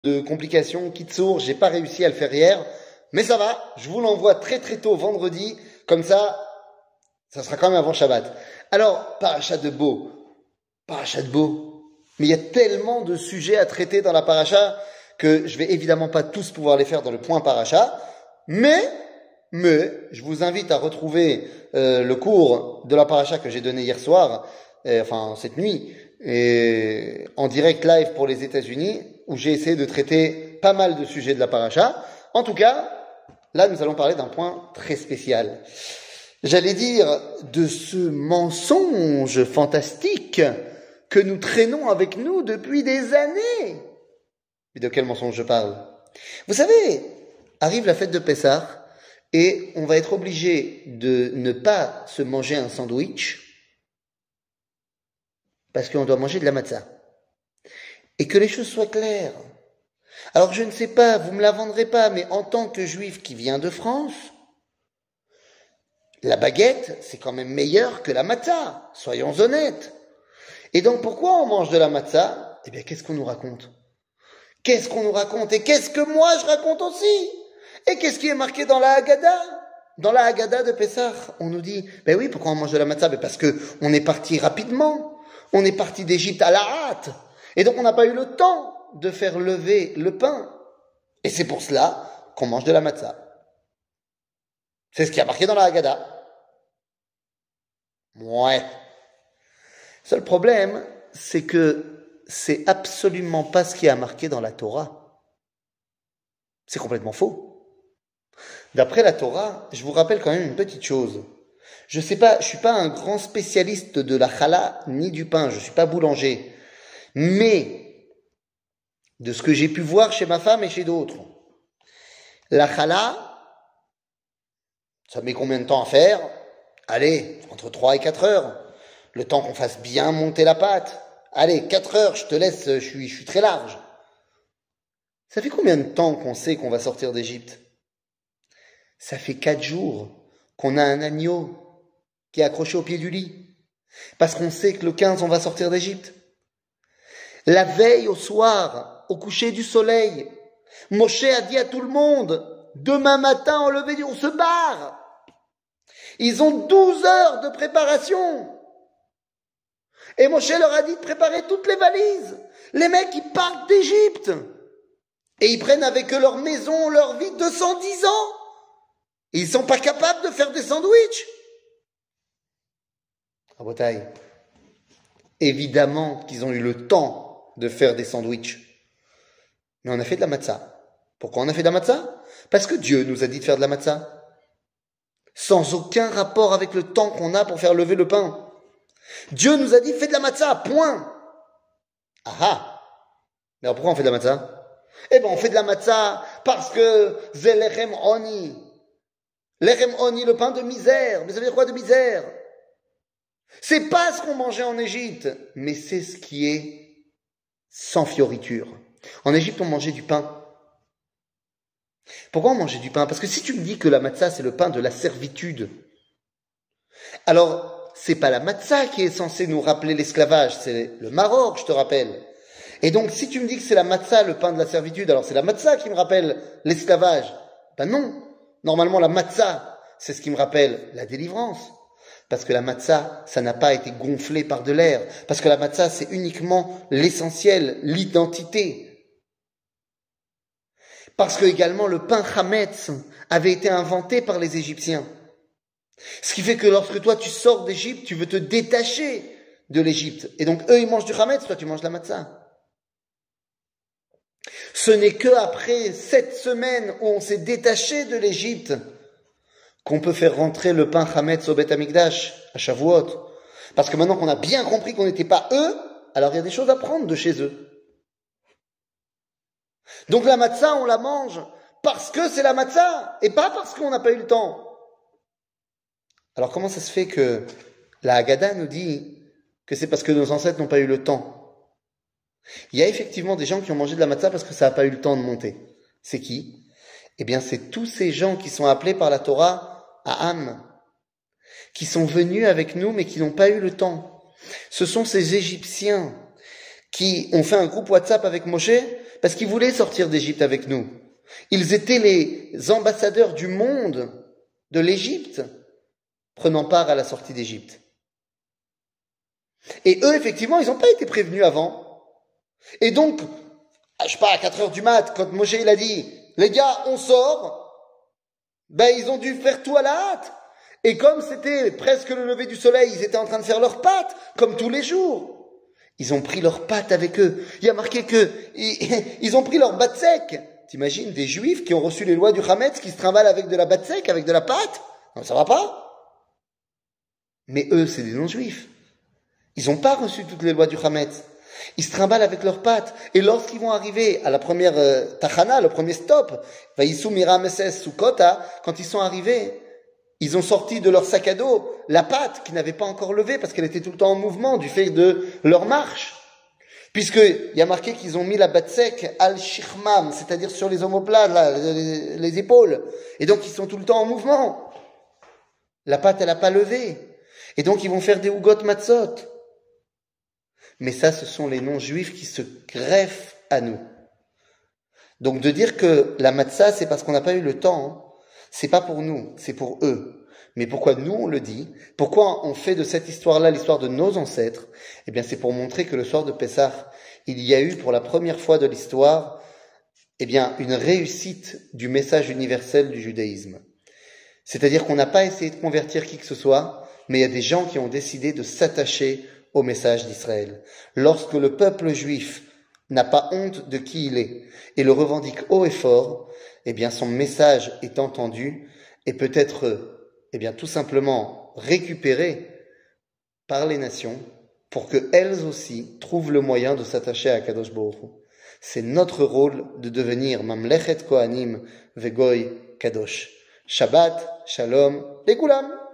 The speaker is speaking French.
de complications, Kitsour, j'ai pas réussi à le faire hier, mais ça va, je vous l'envoie très très tôt vendredi, comme ça sera quand même avant Shabbat. Alors, Parashat de Bo, mais il y a tellement de sujets à traiter dans la Paracha que je vais évidemment pas tous pouvoir les faire dans le point Paracha, mais je vous invite à retrouver le cours de la Paracha que j'ai donné hier soir, enfin cette nuit, et en direct live pour les États-Unis, où j'ai essayé de traiter pas mal de sujets de la Paracha. En tout cas, là nous allons parler d'un point très spécial. J'allais dire de ce mensonge fantastique que nous traînons avec nous depuis des années. Mais de quel mensonge je parle? Vous savez, arrive la fête de Pessah et on va être obligé de ne pas se manger un sandwich parce qu'on doit manger de la matzah. Et que les choses soient claires. Alors je ne sais pas, vous me la vendrez pas, mais en tant que juif qui vient de France, la baguette, c'est quand même meilleur que la matzah, soyons honnêtes. Et donc pourquoi on mange de la matzah? Eh bien, qu'est-ce qu'on nous raconte? Qu'est-ce qu'on nous raconte? Et qu'est-ce que moi je raconte aussi? Et qu'est-ce qui est marqué dans la Haggadah? Dans la Haggadah de Pessah, on nous dit, ben oui, pourquoi on mange de la matzah? Ben parce que on est parti rapidement. On est parti d'Égypte à la hâte. Et donc on n'a pas eu le temps de faire lever le pain. Et c'est pour cela qu'on mange de la matzah. C'est ce qui a marqué dans la Haggadah. Ouais. Seul problème, c'est que c'est absolument pas ce qui a marqué dans la Torah. C'est complètement faux. D'après la Torah, je vous rappelle quand même une petite chose. Je suis pas un grand spécialiste de la challah ni du pain, je suis pas boulanger. Mais, de ce que j'ai pu voir chez ma femme et chez d'autres, la challah, ça met combien de temps à faire? Allez, entre 3 et 4 heures. Le temps qu'on fasse bien monter la pâte. Allez, 4 heures, je te laisse, je suis très large. Ça fait combien de temps qu'on sait qu'on va sortir d'Égypte? Ça fait 4 jours qu'on a un agneau qui est accroché au pied du lit. Parce qu'on sait que le 15, on va sortir d'Égypte. La veille au soir, au coucher du soleil, Moshe a dit à tout le monde, demain matin, on se barre. Ils ont 12 heures de préparation. Et Moshe leur a dit de préparer toutes les valises. Les mecs, ils partent d'Égypte. Et ils prennent avec eux leur maison, leur vie, 210 ans. Et ils sont pas capables de faire des sandwichs. À Bretagne. Évidemment qu'ils ont eu le temps de faire des sandwichs. Mais on a fait de la matzah. Pourquoi on a fait de la matzah? Parce que Dieu nous a dit de faire de la matzah. Sans aucun rapport avec le temps qu'on a pour faire lever le pain. Dieu nous a dit, fais de la matzah, point. Ah ah. Mais alors pourquoi on fait de la matzah? Eh ben on fait de la matzah parce que c'est lechem oni. Lechem oni, le pain de misère. Mais ça veut dire quoi de misère? C'est pas ce qu'on mangeait en Égypte, mais c'est ce qui est sans fioriture. En Égypte, on mangeait du pain. Pourquoi on mangeait du pain? Parce que si tu me dis que la matzah, c'est le pain de la servitude, alors c'est pas la matzah qui est censée nous rappeler l'esclavage, c'est le Maroc, je te rappelle. Et donc, si tu me dis que c'est la matzah, le pain de la servitude, alors c'est la matzah qui me rappelle l'esclavage. Ben non. Normalement, la matzah, c'est ce qui me rappelle la délivrance. Parce que la matzah, ça n'a pas été gonflé par de l'air. Parce que la matzah, c'est uniquement l'essentiel, l'identité. Parce que également, le pain chametz avait été inventé par les Égyptiens. Ce qui fait que lorsque toi, tu sors d'Égypte, tu veux te détacher de l'Égypte. Et donc, eux, ils mangent du chametz, toi, tu manges la matzah. Ce n'est que après 7 semaines où on s'est détaché de l'Égypte qu'on peut faire rentrer le pain chametz au Beth Amikdash, à Shavuot. Parce que maintenant qu'on a bien compris qu'on n'était pas eux, alors il y a des choses à prendre de chez eux. Donc la matzah, on la mange parce que c'est la matzah, et pas parce qu'on n'a pas eu le temps. Alors comment ça se fait que la Haggadah nous dit que c'est parce que nos ancêtres n'ont pas eu le temps? Il y a effectivement des gens qui ont mangé de la matzah parce que ça n'a pas eu le temps de monter. C'est qui? Eh bien, c'est tous ces gens qui sont appelés par la Torah à Ham, qui sont venus avec nous mais qui n'ont pas eu le temps. Ce sont ces Égyptiens qui ont fait un groupe WhatsApp avec Moshe Parce qu'ils voulaient sortir d'Égypte avec nous. Ils étaient les ambassadeurs du monde de l'Égypte, prenant part à la sortie d'Égypte. Et eux, effectivement, ils n'ont pas été prévenus avant. Et donc, je sais pas, à 4 heures du mat, quand Moshe il a dit, les gars, on sort, ben ils ont dû faire tout à la hâte. Et comme c'était presque le lever du soleil, ils étaient en train de faire leurs pâtes, comme tous les jours. Ils ont pris leurs pâtes avec eux. Il y a marqué ils ont pris leur batsek. T'imagines des juifs qui ont reçu les lois du Hametz, qui se trimballent avec de la batsek, avec de la pâte? Non, ça va pas. Mais eux, c'est des non-juifs. Ils n'ont pas reçu toutes les lois du Hametz. Ils se trimballent avec leurs pattes. Et lorsqu'ils vont arriver à la première tachana, le premier stop, Vaïsou Mirameses Sukota, quand ils sont arrivés, ils ont sorti de leur sac à dos la pâte qui n'avait pas encore levé parce qu'elle était tout le temps en mouvement du fait de leur marche. Puisqu'il y a marqué qu'ils ont mis la batsek al shirmam, c'est-à-dire sur les omoplates, là, les épaules. Et donc ils sont tout le temps en mouvement. La pâte, elle n'a pas levé. Et donc ils vont faire des hugot matzot. Mais ça, ce sont les non-juifs qui se greffent à nous. Donc de dire que la matzah, c'est parce qu'on n'a pas eu le temps, hein, c'est pas pour nous, c'est pour eux. Mais pourquoi nous on le dit? Pourquoi on fait de cette histoire-là l'histoire de nos ancêtres? Eh bien, c'est pour montrer que le soir de Pessah, il y a eu pour la première fois de l'histoire, eh bien, une réussite du message universel du judaïsme. C'est-à-dire qu'on n'a pas essayé de convertir qui que ce soit, mais il y a des gens qui ont décidé de s'attacher au message d'Israël. Lorsque le peuple juif n'a pas honte de qui il est et le revendique haut et fort, eh bien, son message est entendu et peut être, eh bien, tout simplement récupéré par les nations pour qu'elles aussi trouvent le moyen de s'attacher à Kadosh Baruch Hu. C'est notre rôle de devenir Mamlechet Kohanim Vegoy Kadosh. Shabbat, Shalom, les Koulam.